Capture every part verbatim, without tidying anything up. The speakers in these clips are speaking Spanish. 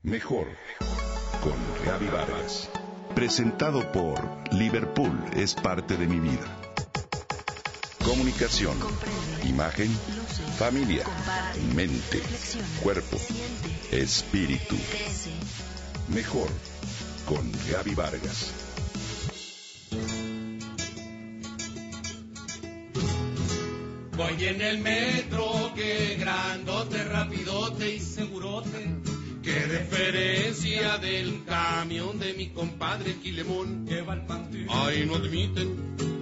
Mejor con Gaby Vargas. Presentado por Liverpool es parte de mi vida. Comunicación, imagen, familia, mente, cuerpo, espíritu. Mejor con Gaby Vargas. Voy en el metro, que grandote, rapidote y segurote. Qué diferencia del camión de mi compadre Quilemón. Que va al panteón. Ahí no admiten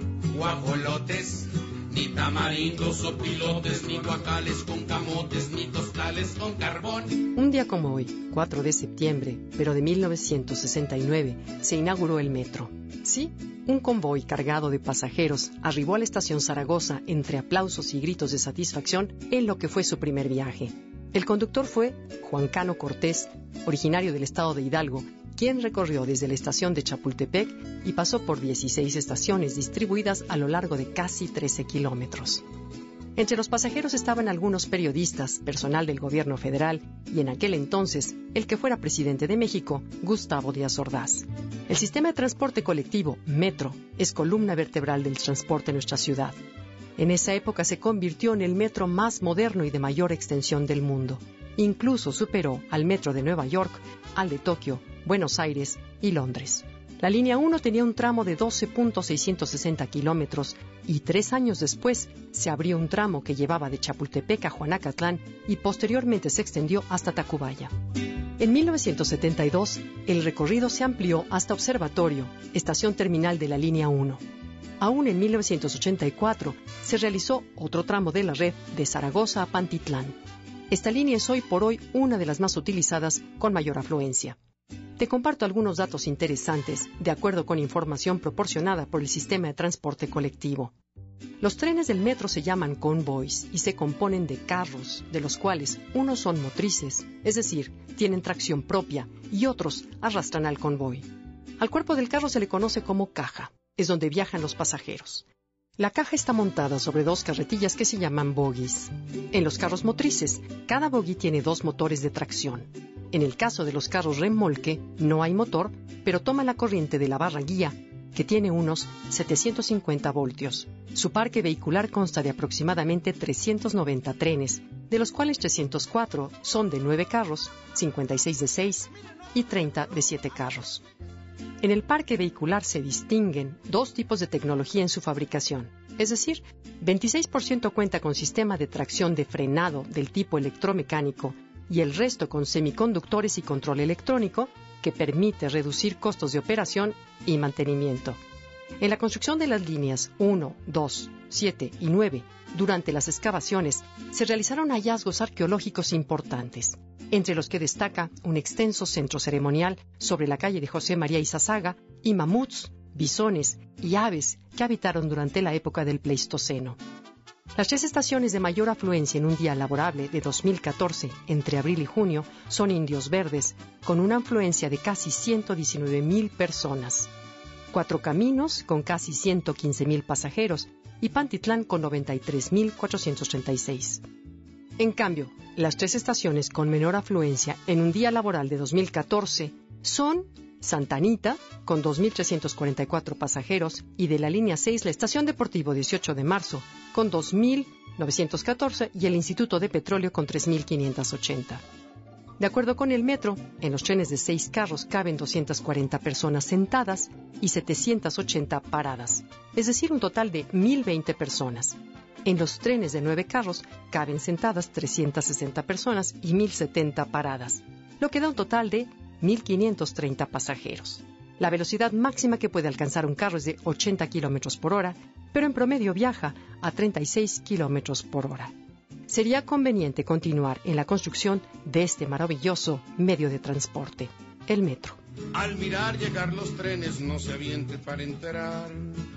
guajolotes, ni tamarindos o pilotes, ni guacales con camotes, ni tostales con carbón. Un día como hoy, cuatro de septiembre, pero de mil novecientos sesenta y nueve, se inauguró el metro. Sí, un convoy cargado de pasajeros arribó a la estación Zaragoza entre aplausos y gritos de satisfacción en lo que fue su primer viaje. El conductor fue Juan Cano Cortés, originario del estado de Hidalgo, quien recorrió desde la estación de Chapultepec y pasó por dieciséis estaciones distribuidas a lo largo de casi trece kilómetros. Entre los pasajeros estaban algunos periodistas, personal del gobierno federal y en aquel entonces el que fuera presidente de México, Gustavo Díaz Ordaz. El sistema de transporte colectivo, Metro, es columna vertebral del transporte en nuestra ciudad. En esa época se convirtió en el metro más moderno y de mayor extensión del mundo. Incluso superó al metro de Nueva York, al de Tokio, Buenos Aires y Londres. La línea uno tenía un tramo de doce punto seiscientos sesenta kilómetros y tres años después se abrió un tramo que llevaba de Chapultepec a Juanacatlán y posteriormente se extendió hasta Tacubaya. En mil novecientos setenta y dos, el recorrido se amplió hasta Observatorio, estación terminal de la línea uno. Aún en mil novecientos ochenta y cuatro se realizó otro tramo de la red de Zaragoza a Pantitlán. Esta línea es hoy por hoy una de las más utilizadas con mayor afluencia. Te comparto algunos datos interesantes de acuerdo con información proporcionada por el sistema de transporte colectivo. Los trenes del metro se llaman convoys y se componen de carros, de los cuales unos son motrices, es decir, tienen tracción propia, y otros arrastran al convoy. Al cuerpo del carro se le conoce como caja. Es donde viajan los pasajeros. La caja está montada sobre dos carretillas que se llaman bogies. En los carros motrices, cada bogie tiene dos motores de tracción. En el caso de los carros remolque, no hay motor, pero toma la corriente de la barra guía, que tiene unos setecientos cincuenta voltios. Su parque vehicular consta de aproximadamente trescientos noventa trenes, de los cuales trescientos cuatro son de nueve carros, cincuenta y seis de seis y treinta de siete carros. En el parque vehicular se distinguen dos tipos de tecnología en su fabricación, es decir, veintiséis por ciento cuenta con sistema de tracción de frenado del tipo electromecánico y el resto con semiconductores y control electrónico que permite reducir costos de operación y mantenimiento. En la construcción de las líneas uno, dos, siete y nueve, durante las excavaciones, se realizaron hallazgos arqueológicos importantes, entre los que destaca un extenso centro ceremonial sobre la calle de José María Izazaga y mamuts, bisones y aves que habitaron durante la época del Pleistoceno. Las tres estaciones de mayor afluencia en un día laborable de dos mil catorce, entre abril y junio, son Indios Verdes, con una afluencia de casi ciento diecinueve mil personas. Cuatro Caminos, con casi ciento quince mil pasajeros, y Pantitlán, con noventa y tres mil cuatrocientos treinta y seis. En cambio, las tres estaciones con menor afluencia en un día laboral de dos mil catorce son Santa Anita, con dos mil trescientos cuarenta y cuatro pasajeros, y de la línea seis la Estación Deportivo dieciocho de marzo, con dos mil novecientos catorce, y el Instituto de Petróleo, con tres mil quinientos ochenta. De acuerdo con el metro, en los trenes de seis carros caben doscientas cuarenta personas sentadas y setecientas ochenta paradas, es decir, un total de mil veinte personas. En los trenes de nueve carros caben sentadas trescientas sesenta personas y mil setenta paradas, lo que da un total de mil quinientos treinta pasajeros. La velocidad máxima que puede alcanzar un carro es de ochenta kilómetros por hora, pero en promedio viaja a treinta y seis kilómetros por hora. Sería conveniente continuar en la construcción de este maravilloso medio de transporte, el metro. Al mirar llegar los trenes no se aviente para enterar.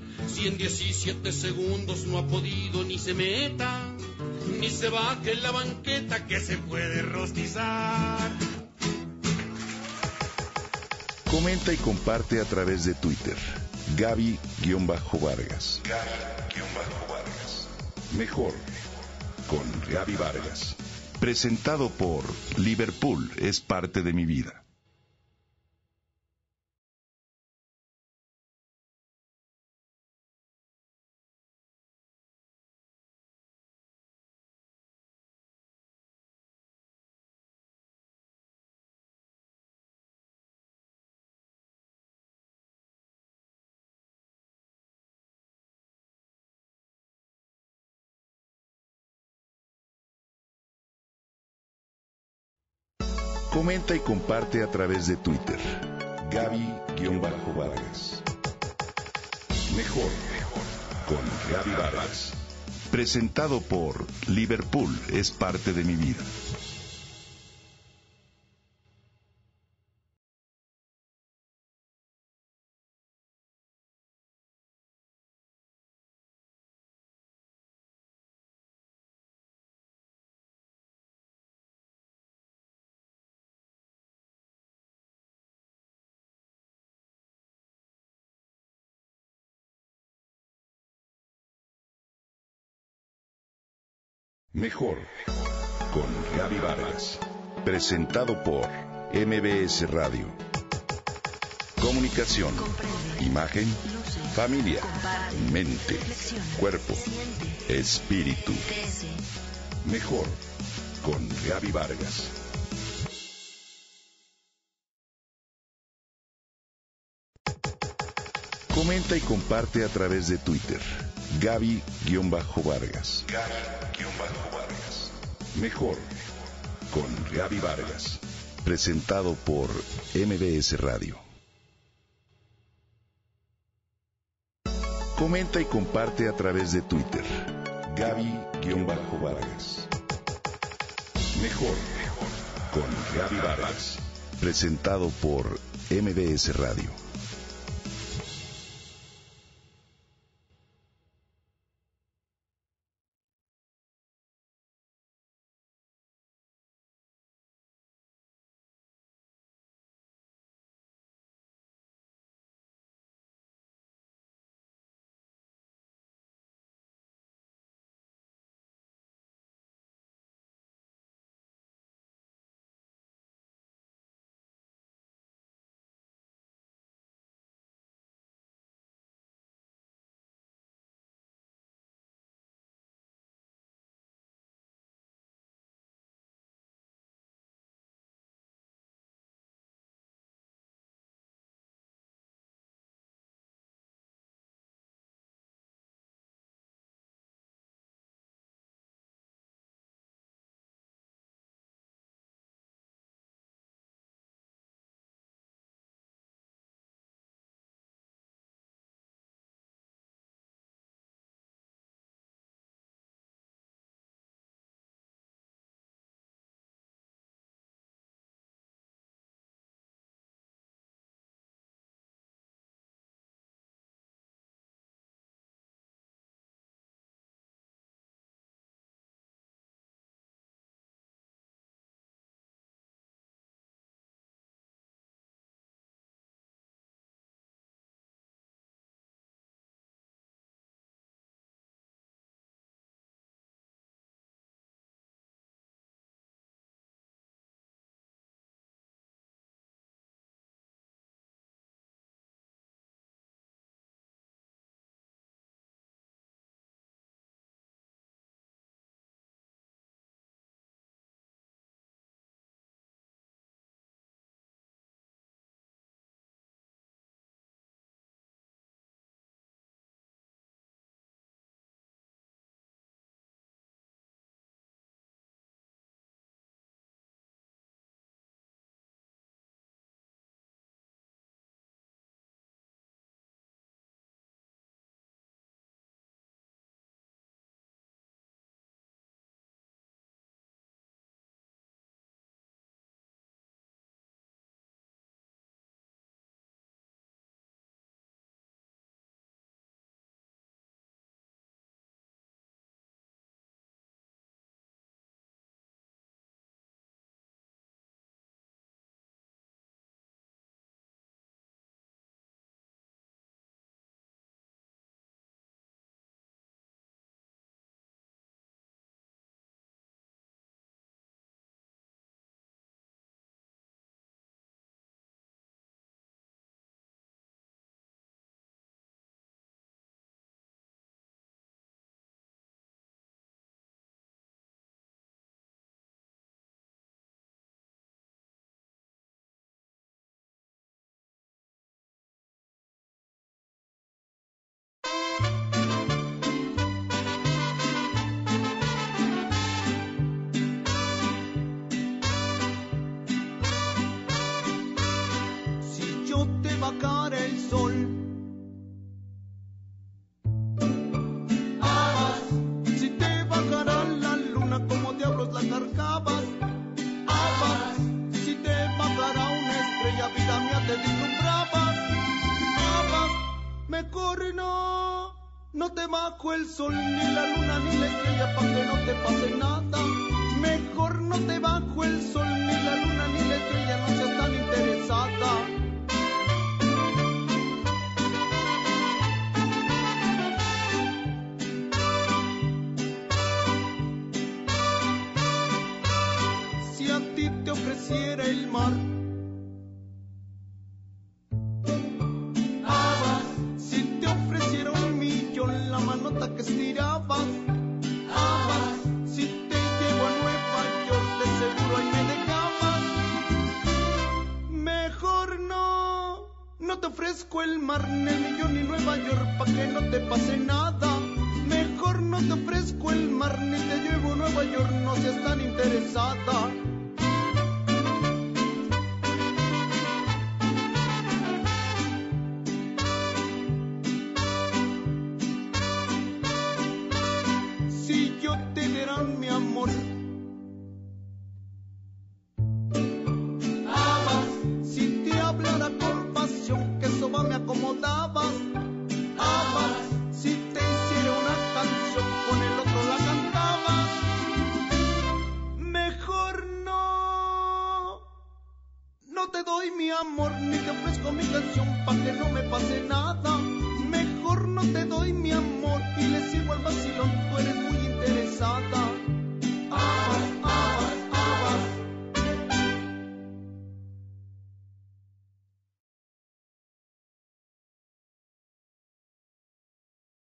Si en diecisiete segundos no ha podido ni se meta, ni se baje en la banqueta que se puede rostizar. Comenta y comparte a través de Twitter. Gaby-Vargas. Gaby-Vargas. Mejor con Gaby Vargas. Presentado por Liverpool es parte de mi vida. Comenta y comparte a través de Twitter. Gaby-Vargas. Mejor con Gaby Vargas. Presentado por Liverpool es parte de mi vida. Mejor con Gaby Vargas. Presentado por M B S Radio. Comunicación, imagen, familia, mente, cuerpo, espíritu. Mejor con Gaby Vargas. Comenta y comparte a través de Twitter. Gaby-Vargas. Gaby-Vargas. Mejor con Gaby Vargas. Presentado por M B S Radio. Comenta y comparte a través de Twitter. Gaby-Vargas. Mejor con Gaby Vargas. Presentado por M B S Radio. bajar el sol. Habas, si te bajara la luna, como diablos la cargabas. Habas, si te bajara una estrella, vida mía, te deslumbrabas. Habas, mejor no, no te bajo el sol, ni la luna, ni la estrella, pa' que no te pase nada. Mejor no te bajo el sol, ni la luna, ni la estrella, no seas tan interesada. Si a ti te ofreciera el mar, Habas, si te ofreciera un millón, la manota que estirabas. Habas, si te llevo a Nueva York, de seguro ahí me dejabas. Mejor no, no te ofrezco el mar, ni el millón, ni Nueva York, pa' que no te pase nada. Mejor no te ofrezco el mar, ni te llevo a Nueva York, no seas tan interesada. Si yo te diera mi amor, Habas, si te hablara con pasión, que soba me acomodabas. Habas, si te hiciera una canción, con el otro la cantabas. Mejor no, no te doy mi amor, ni te ofrezco mi canción, pa' que no me pase nada. Mejor no te doy mi amor, y le sigo al vacilón,